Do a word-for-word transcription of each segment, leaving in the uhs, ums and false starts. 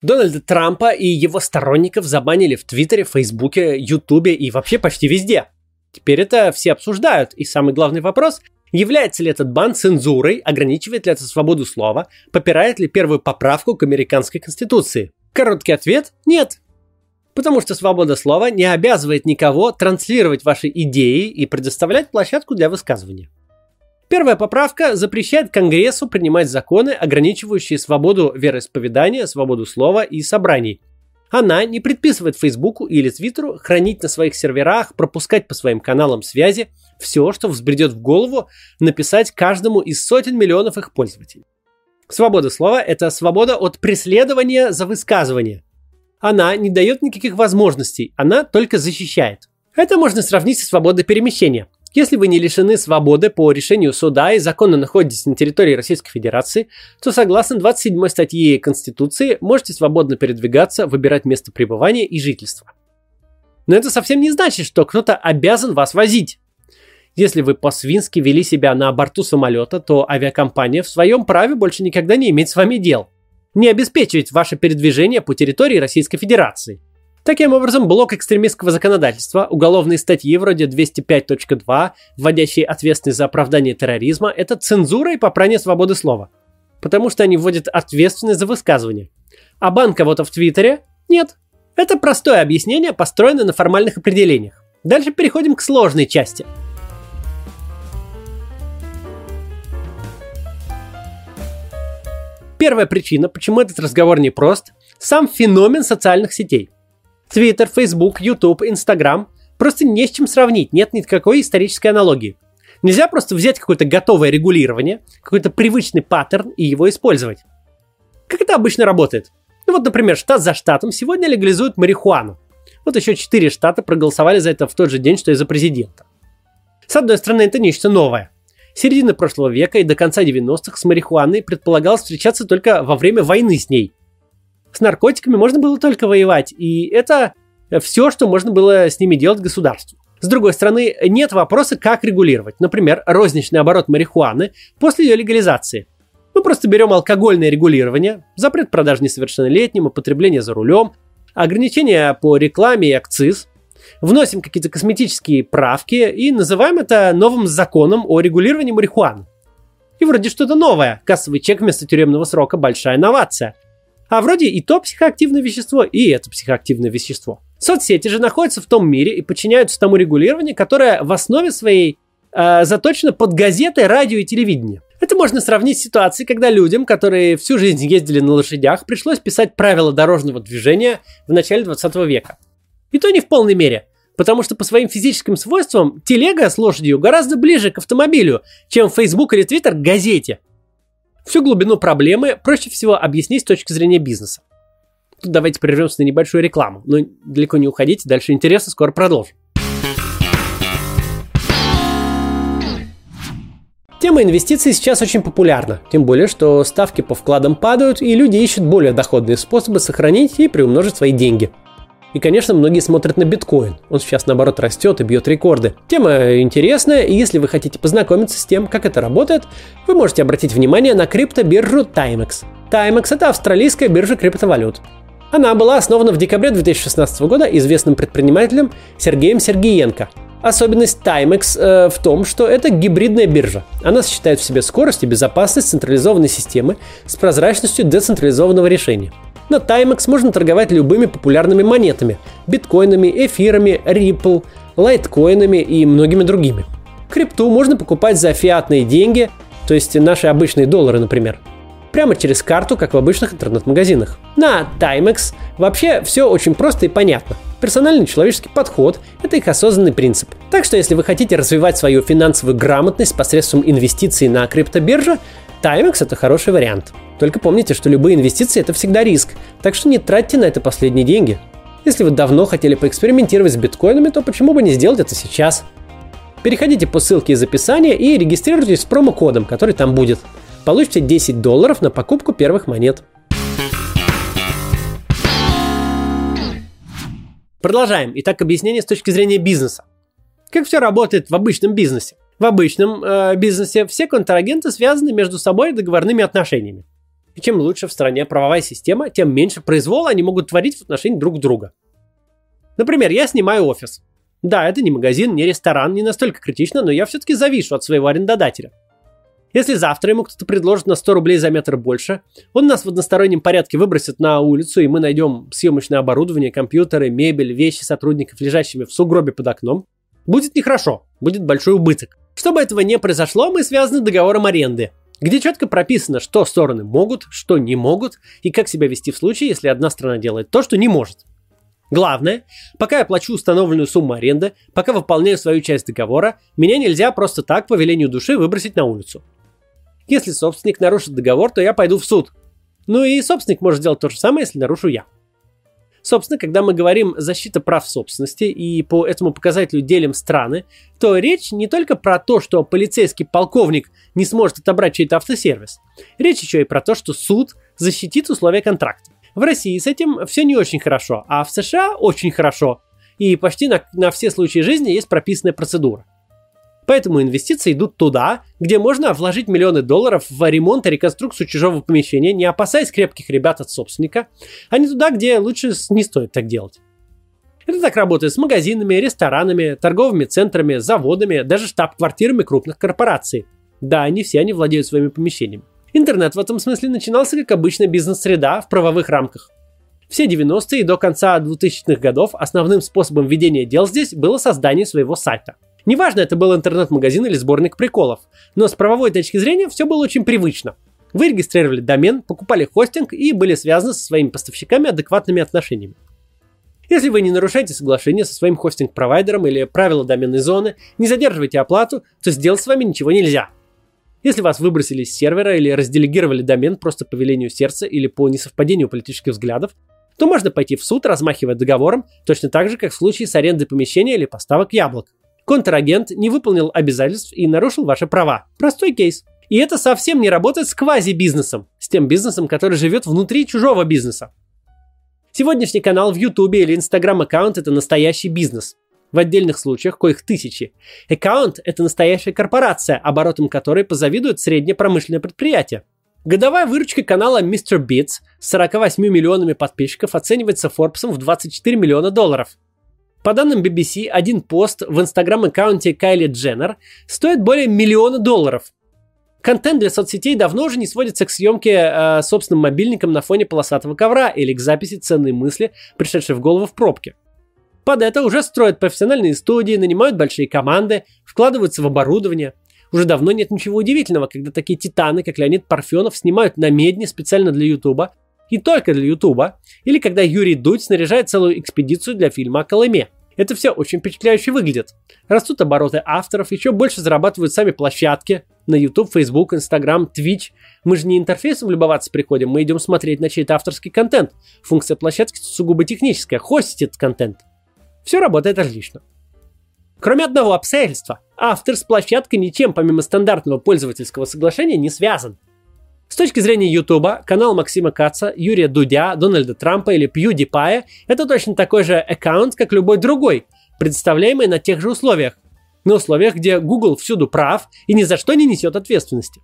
Дональда Трампа и его сторонников забанили в Твиттере, Фейсбуке, Ютубе и вообще почти везде. Теперь это все обсуждают, и самый главный вопрос – является ли этот бан цензурой, ограничивает ли это свободу слова, попирает ли первую поправку к американской конституции? Короткий ответ – нет. Потому что свобода слова не обязывает никого транслировать ваши идеи и предоставлять площадку для высказывания. Первая поправка запрещает Конгрессу принимать законы, ограничивающие свободу вероисповедания, свободу слова и собраний. Она не предписывает Фейсбуку или Твиттеру хранить на своих серверах, пропускать по своим каналам связи все, что взбредет в голову, написать каждому из сотен миллионов их пользователей. Свобода слова – это свобода от преследования за высказывание. Она не дает никаких возможностей, она только защищает. Это можно сравнить со свободой перемещения. Если вы не лишены свободы по решению суда и законно находитесь на территории Российской Федерации, то согласно двадцать седьмой статье Конституции можете свободно передвигаться, выбирать место пребывания и жительства. Но это совсем не значит, что кто-то обязан вас возить. Если вы по-свински вели себя на борту самолета, то авиакомпания в своем праве больше никогда не имеет с вами дел. Не обеспечивать ваше передвижение по территории Российской Федерации. Таким образом, блок экстремистского законодательства, уголовные статьи вроде двести пять точка два, вводящие ответственность за оправдание терроризма, это цензура и попрание свободы слова. Потому что они вводят ответственность за высказывание. А бан кого-то в Твиттере? Нет. Это простое объяснение, построенное на формальных определениях. Дальше переходим к сложной части. Первая причина, почему этот разговор непрост, сам феномен социальных сетей. Твиттер, Фейсбук, Ютуб, Инстаграм просто не с чем сравнить, нет никакой исторической аналогии. Нельзя просто взять какое-то готовое регулирование, какой-то привычный паттерн и его использовать. Как это обычно работает? Ну вот, например, штат за штатом сегодня легализуют марихуану. Вот еще четыре штата проголосовали за это в тот же день, что и за президента. С одной стороны, это нечто новое. С середины прошлого века и до конца девяностых с марихуаной предполагалось встречаться только во время войны с ней. С наркотиками можно было только воевать, и это все, что можно было с ними делать государству. С другой стороны, нет вопроса, как регулировать, например, розничный оборот марихуаны после ее легализации. Мы просто берем алкогольное регулирование, запрет продаж несовершеннолетним, употребление за рулем, ограничения по рекламе и акциз, вносим какие-то косметические правки и называем это новым законом о регулировании марихуаны. И вроде что-то новое, кассовый чек вместо тюремного срока – большая инновация. А вроде и то психоактивное вещество, и это психоактивное вещество. Соцсети же находятся в том мире и подчиняются тому регулированию, которое в основе своей э, заточено под газеты, радио и телевидение. Это можно сравнить с ситуацией, когда людям, которые всю жизнь ездили на лошадях, пришлось писать правила дорожного движения в начале двадцатого века. И то не в полной мере, потому что по своим физическим свойствам телега с лошадью гораздо ближе к автомобилю, чем Facebook или Twitter к газете. Всю глубину проблемы проще всего объяснить с точки зрения бизнеса. Тут давайте прервемся на небольшую рекламу, но далеко не уходите, дальше интересно, скоро продолжим. Тема инвестиций сейчас очень популярна, тем более, что ставки по вкладам падают, и люди ищут более доходные способы сохранить и приумножить свои деньги. И, конечно, многие смотрят на биткоин. Он сейчас, наоборот, растет и бьет рекорды. Тема интересная, и если вы хотите познакомиться с тем, как это работает, вы можете обратить внимание на криптобиржу Timex. Timex – это австралийская биржа криптовалют. Она была основана в декабре две тысячи шестнадцатого года известным предпринимателем Сергеем Сергиенко. Особенность Timex э, в том, что это гибридная биржа. Она сочетает в себе скорость и безопасность централизованной системы с прозрачностью децентрализованного решения. На Timex можно торговать любыми популярными монетами – биткоинами, эфирами, Ripple, лайткоинами и многими другими. Крипту можно покупать за фиатные деньги, то есть наши обычные доллары, например, прямо через карту, как в обычных интернет-магазинах. На Timex вообще все очень просто и понятно. Персональный человеческий подход – это их осознанный принцип. Так что если вы хотите развивать свою финансовую грамотность посредством инвестиций на криптобирже, Timex – это хороший вариант. Только помните, что любые инвестиции – это всегда риск, так что не тратьте на это последние деньги. Если вы давно хотели поэкспериментировать с биткоинами, то почему бы не сделать это сейчас? Переходите по ссылке из описания и регистрируйтесь с промокодом, который там будет. Получите десять долларов на покупку первых монет. Продолжаем. Итак, объяснение с точки зрения бизнеса. Как все работает в обычном бизнесе? В обычном э, бизнесе все контрагенты связаны между собой договорными отношениями. И чем лучше в стране правовая система, тем меньше произвола они могут творить в отношении друг друга. Например, я снимаю офис. Да, это не магазин, не ресторан, не настолько критично, но я все-таки завишу от своего арендодателя. Если завтра ему кто-то предложит на сто рублей за метр больше, он нас в одностороннем порядке выбросит на улицу, и мы найдем съемочное оборудование, компьютеры, мебель, вещи сотрудников, лежащими в сугробе под окном, будет нехорошо, будет большой убыток. Чтобы этого не произошло, мы связаны договором аренды, где четко прописано, что стороны могут, что не могут, и как себя вести в случае, если одна сторона делает то, что не может. Главное, пока я плачу установленную сумму аренды, пока выполняю свою часть договора, меня нельзя просто так по велению души выбросить на улицу. Если собственник нарушит договор, то я пойду в суд. Ну и собственник может сделать то же самое, если нарушу я. Собственно, когда мы говорим «защита прав собственности» и по этому показателю делим страны, то речь не только про то, что полицейский полковник не сможет отобрать чей-то автосервис. Речь еще и про то, что суд защитит условия контракта. В России с этим все не очень хорошо, а в США очень хорошо. И почти на, на все случаи жизни есть прописанная процедура. Поэтому инвестиции идут туда, где можно вложить миллионы долларов в ремонт и реконструкцию чужого помещения, не опасаясь крепких ребят от собственника, а не туда, где лучше не стоит так делать. Это так работает с магазинами, ресторанами, торговыми центрами, заводами, даже штаб-квартирами крупных корпораций. Да, не все они владеют своими помещениями. Интернет в этом смысле начинался как обычная бизнес-среда в правовых рамках. Все девяностые и до конца двухтысячных годов основным способом ведения дел здесь было создание своего сайта. Неважно, это был интернет-магазин или сборник приколов, но с правовой точки зрения все было очень привычно. Вы регистрировали домен, покупали хостинг и были связаны со своими поставщиками адекватными отношениями. Если вы не нарушаете соглашение со своим хостинг-провайдером или правила доменной зоны, не задерживаете оплату, то сделать с вами ничего нельзя. Если вас выбросили с сервера или разделегировали домен просто по велению сердца или по несовпадению политических взглядов, то можно пойти в суд, размахивая договором, точно так же, как в случае с арендой помещения или поставок яблок. Контрагент не выполнил обязательств и нарушил ваши права. Простой кейс. И это совсем не работает с квази-бизнесом, с тем бизнесом, который живет внутри чужого бизнеса. Сегодняшний канал в YouTube или Instagram-аккаунт – это настоящий бизнес. В отдельных случаях, коих тысячи. Аккаунт – это настоящая корпорация, оборотом которой позавидует среднее промышленное предприятие. Годовая выручка канала мистер Beats с сорока восьмью миллионами подписчиков оценивается Forbes в двадцать четыре миллиона долларов. По данным би би си, один пост в инстаграм-аккаунте Кайли Дженнер стоит более миллиона долларов. Контент для соцсетей давно уже не сводится к съемке э, собственным мобильником на фоне полосатого ковра или к записи ценной мысли, пришедшей в голову в пробке. Под это уже строят профессиональные студии, нанимают большие команды, вкладываются в оборудование. Уже давно нет ничего удивительного, когда такие титаны, как Леонид Парфенов, снимают на медне специально для Ютуба, и только для Ютуба, или когда Юрий Дудь снаряжает целую экспедицию для фильма о Колыме. Это все очень впечатляюще выглядит. Растут обороты авторов, еще больше зарабатывают сами площадки на YouTube, Facebook, Instagram, Twitch. Мы же не интерфейсом любоваться приходим, мы идем смотреть на чей-то авторский контент. Функция площадки сугубо техническая, хостить этот контент. Все работает отлично. Кроме одного обстоятельства, автор с площадкой ничем помимо стандартного пользовательского соглашения не связан. С точки зрения Ютуба, канал Максима Каца, Юрия Дудя, Дональда Трампа или PewDiePie – это точно такой же аккаунт, как любой другой, предоставляемый на тех же условиях. На условиях, где Google всюду прав и ни за что не несет ответственности.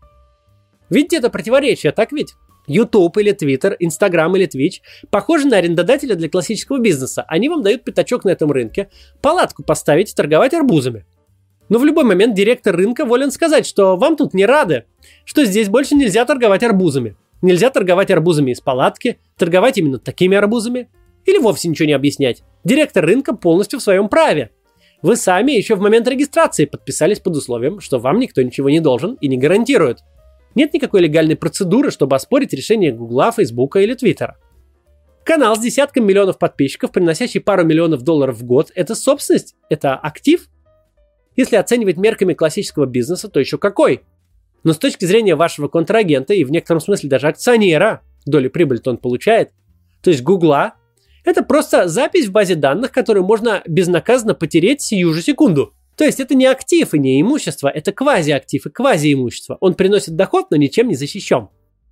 Видите это противоречие, так ведь? YouTube или Twitter, Instagram или Twitch похожи на арендодателя для классического бизнеса. Они вам дают пятачок на этом рынке, палатку поставить и торговать арбузами. Но в любой момент директор рынка волен сказать, что вам тут не рады, что здесь больше нельзя торговать арбузами. Нельзя торговать арбузами из палатки, торговать именно такими арбузами. Или вовсе ничего не объяснять. Директор рынка полностью в своем праве. Вы сами еще в момент регистрации подписались под условием, что вам никто ничего не должен и не гарантирует. Нет никакой легальной процедуры, чтобы оспорить решение Гугла, Фейсбука или Твиттера. Канал с десятком миллионов подписчиков, приносящий пару миллионов долларов в год – это собственность? Это актив? Если оценивать мерками классического бизнеса, то еще какой? Но с точки зрения вашего контрагента и в некотором смысле даже акционера, доли прибыли-то он получает, то есть Гугла, это просто запись в базе данных, которую можно безнаказанно потереть сию же секунду. То есть это не актив и не имущество, это квазиактив и квазиимущество. Он приносит доход, но ничем не защищен.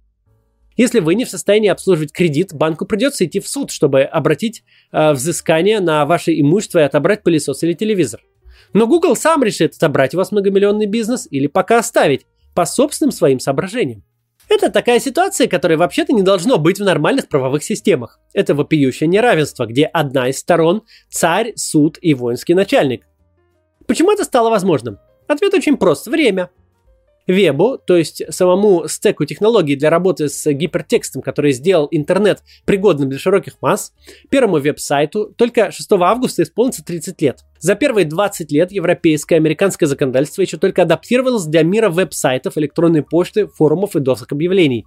Если вы не в состоянии обслуживать кредит, банку придется идти в суд, чтобы обратить э, взыскание на ваше имущество и отобрать пылесос или телевизор. Но Google сам решит, отобрать у вас многомиллионный бизнес или пока оставить, по собственным своим соображениям. Это такая ситуация, которой вообще-то не должно быть в нормальных правовых системах. Это вопиющее неравенство, где одна из сторон – царь, суд и воинский начальник. Почему это стало возможным? Ответ очень прост – время. Вебу, то есть самому стеку технологий для работы с гипертекстом, который сделал интернет пригодным для широких масс, первому веб-сайту только шестого августа исполнится тридцать лет. За первые двадцать лет европейское и американское законодательство еще только адаптировалось для мира веб-сайтов, электронной почты, форумов и досок объявлений.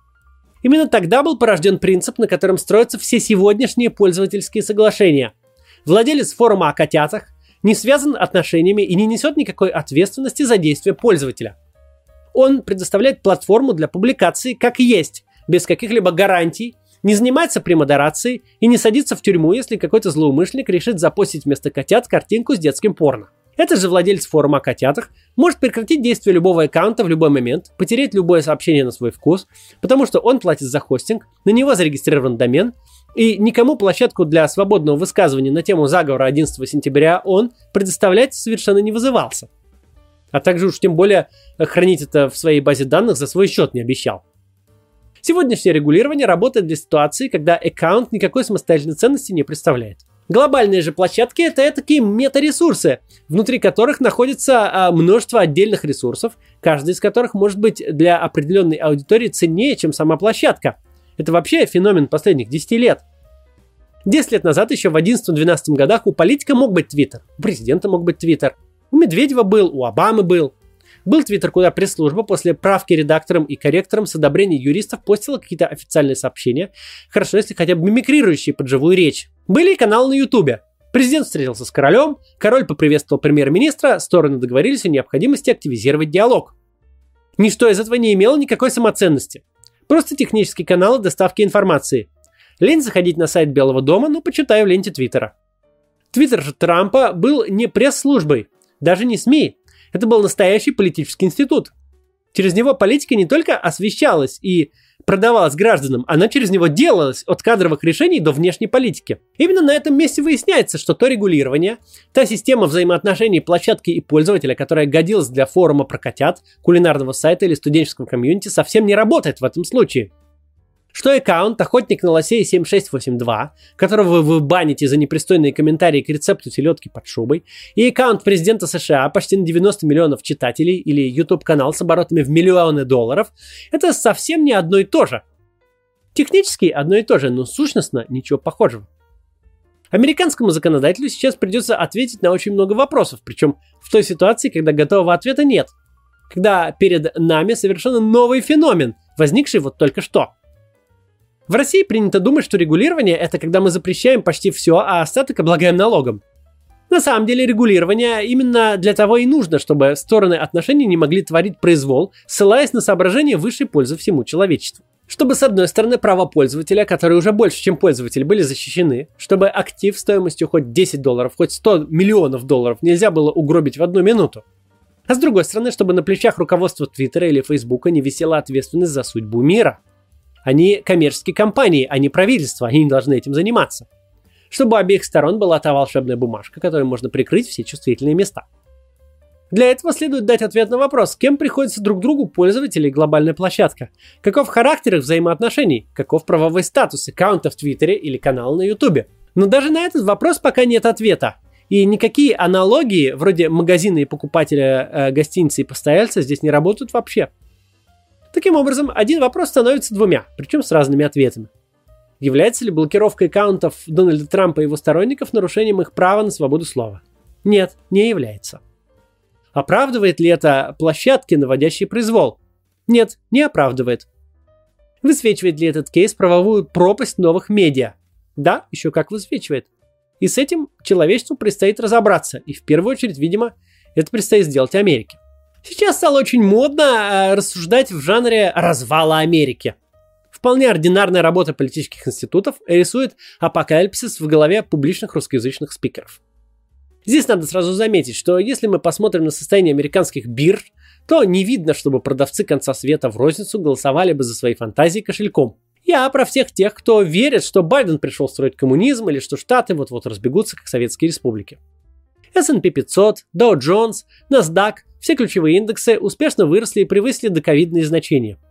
Именно тогда был порожден принцип, на котором строятся все сегодняшние пользовательские соглашения. Владелец форума о котятах не связан отношениями и не несет никакой ответственности за действия пользователя. Он предоставляет платформу для публикации как есть, без каких-либо гарантий, не занимается премодерацией и не садится в тюрьму, если какой-то злоумышленник решит запостить вместо котят картинку с детским порно. Этот же владелец форума о котятах может прекратить действие любого аккаунта в любой момент, потерять любое сообщение на свой вкус, потому что он платит за хостинг, на него зарегистрирован домен, и никому площадку для свободного высказывания на тему заговора одиннадцатого сентября он предоставлять совершенно не вызывался. А также уж тем более хранить это в своей базе данных за свой счет не обещал. Сегодняшнее регулирование работает для ситуации, когда аккаунт никакой самостоятельной ценности не представляет. Глобальные же площадки – это такие мета-ресурсы, внутри которых находится множество отдельных ресурсов, каждый из которых может быть для определенной аудитории ценнее, чем сама площадка. Это вообще феномен последних десяти лет. десять лет назад, еще в одиннадцатом-двенадцатом годах, у политика мог быть Твиттер, у президента мог быть Твиттер. У Медведева был, у Обамы был. Был твиттер, куда пресс-служба после правки редакторам и корректорам с одобрения юристов постила какие-то официальные сообщения, хорошо, если хотя бы мимикрирующие под живую речь. Были и каналы на Ютубе. Президент встретился с королем, король поприветствовал премьер-министра, стороны договорились о необходимости активизировать диалог. Ничто из этого не имело никакой самоценности. Просто технические каналы доставки информации. Лень заходить на сайт Белого дома, но почитаю в ленте Твиттера. Твиттер же Трампа был не пресс-службой, даже не СМИ. Это был настоящий политический институт. Через него политика не только освещалась и продавалась гражданам, она через него делалась от кадровых решений до внешней политики. Именно на этом месте выясняется, что то регулирование, та система взаимоотношений площадки и пользователя, которая годилась для форума про котят, кулинарного сайта или студенческого комьюнити, совсем не работает в этом случае. Что аккаунт «Охотник на лосей семь шесть восемь два», которого вы баните за непристойные комментарии к рецепту селедки под шубой, и аккаунт президента США почти на девяносто миллионов читателей или YouTube-канал с оборотами в миллионы долларов, это совсем не одно и то же. Технически одно и то же, но сущностно ничего похожего. Американскому законодателю сейчас придется ответить на очень много вопросов, причем в той ситуации, когда готового ответа нет. Когда перед нами совершенно новый феномен, возникший вот только что. В России принято думать, что регулирование – это когда мы запрещаем почти все, а остаток облагаем налогом. На самом деле регулирование именно для того и нужно, чтобы стороны отношений не могли творить произвол, ссылаясь на соображения высшей пользы всему человечеству. Чтобы, с одной стороны, права пользователя, которые уже больше, чем пользователь, были защищены, чтобы актив стоимостью хоть десять долларов, хоть сто миллионов долларов нельзя было угробить в одну минуту. А с другой стороны, чтобы на плечах руководства Твиттера или Фейсбука не висела ответственность за судьбу мира. Они коммерческие компании, а не правительство, они не должны этим заниматься. Чтобы у обеих сторон была та волшебная бумажка, которой можно прикрыть все чувствительные места. Для этого следует дать ответ на вопрос, с кем приходится друг другу пользователи и глобальная площадка, каков характер их взаимоотношений, каков правовой статус аккаунта в Твиттере или канала на Ютубе. Но даже на этот вопрос пока нет ответа. И никакие аналогии, вроде магазина и покупателя э, гостиницы и постояльца, здесь не работают вообще. Таким образом, один вопрос становится двумя, причем с разными ответами. Является ли блокировка аккаунтов Дональда Трампа и его сторонников нарушением их права на свободу слова? Нет, не является. Оправдывает ли это площадки, наводящие произвол? Нет, не оправдывает. Высвечивает ли этот кейс правовую пропасть новых медиа? Да, еще как высвечивает. И с этим человечеству предстоит разобраться, и в первую очередь, видимо, это предстоит сделать Америке. Сейчас стало очень модно э, рассуждать в жанре развала Америки. Вполне ординарная работа политических институтов рисует апокалипсис в голове публичных русскоязычных спикеров. Здесь надо сразу заметить, что если мы посмотрим на состояние американских бирж, то не видно, чтобы продавцы конца света в розницу голосовали бы за свои фантазии кошельком. Я про всех тех, кто верит, что Байден пришел строить коммунизм или что Штаты вот-вот разбегутся, как советские республики. эс энд пи пятьсот, Dow Jones, NASDAQ – все ключевые индексы успешно выросли и превысили доковидные значения.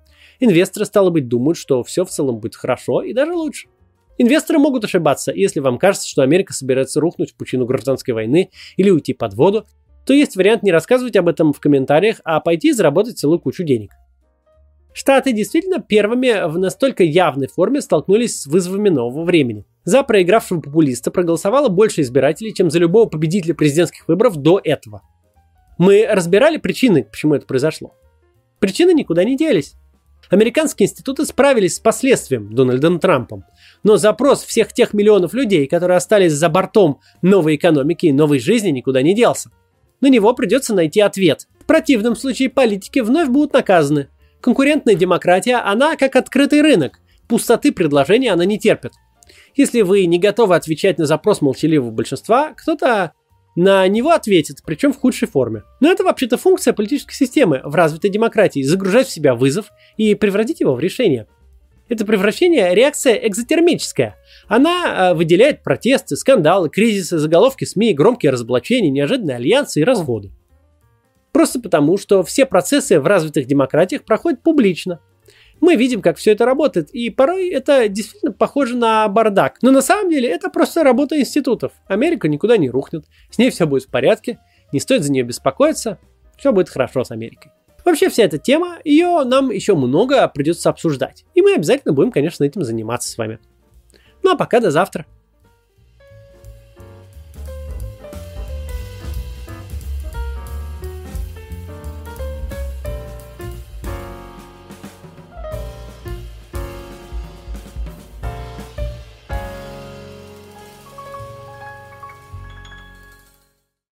Инвесторы, стало быть, думают, что все в целом будет хорошо и даже лучше. Инвесторы могут ошибаться, и если вам кажется, что Америка собирается рухнуть в пучину гражданской войны или уйти под воду, то есть вариант не рассказывать об этом в комментариях, а пойти и заработать целую кучу денег. Штаты действительно первыми в настолько явной форме столкнулись с вызовами нового времени. За проигравшего популиста проголосовало больше избирателей, чем за любого победителя президентских выборов до этого. Мы разбирали причины, почему это произошло. Причины никуда не делись. Американские институты справились с последствием Дональдом Трампом, но запрос всех тех миллионов людей, которые остались за бортом новой экономики и новой жизни, никуда не делся. На него придется найти ответ. В противном случае политики вновь будут наказаны. Конкурентная демократия, она как открытый рынок. Пустоты предложения она не терпит. Если вы не готовы отвечать на запрос молчаливого большинства, кто-то на него ответит, причем в худшей форме. Но это вообще-то функция политической системы в развитой демократии – загружать в себя вызов и превратить его в решение. Это превращение – реакция экзотермическая. Она э, выделяет протесты, скандалы, кризисы, заголовки СМИ, громкие разоблачения, неожиданные альянсы и разводы. Просто потому, что все процессы в развитых демократиях проходят публично. Мы видим, как все это работает, и порой это действительно похоже на бардак. Но на самом деле это просто работа институтов. Америка никуда не рухнет, с ней все будет в порядке, не стоит за нее беспокоиться, все будет хорошо с Америкой. Вообще вся эта тема, ее нам еще много придется обсуждать. И мы обязательно будем, конечно, этим заниматься с вами. Ну а пока до завтра.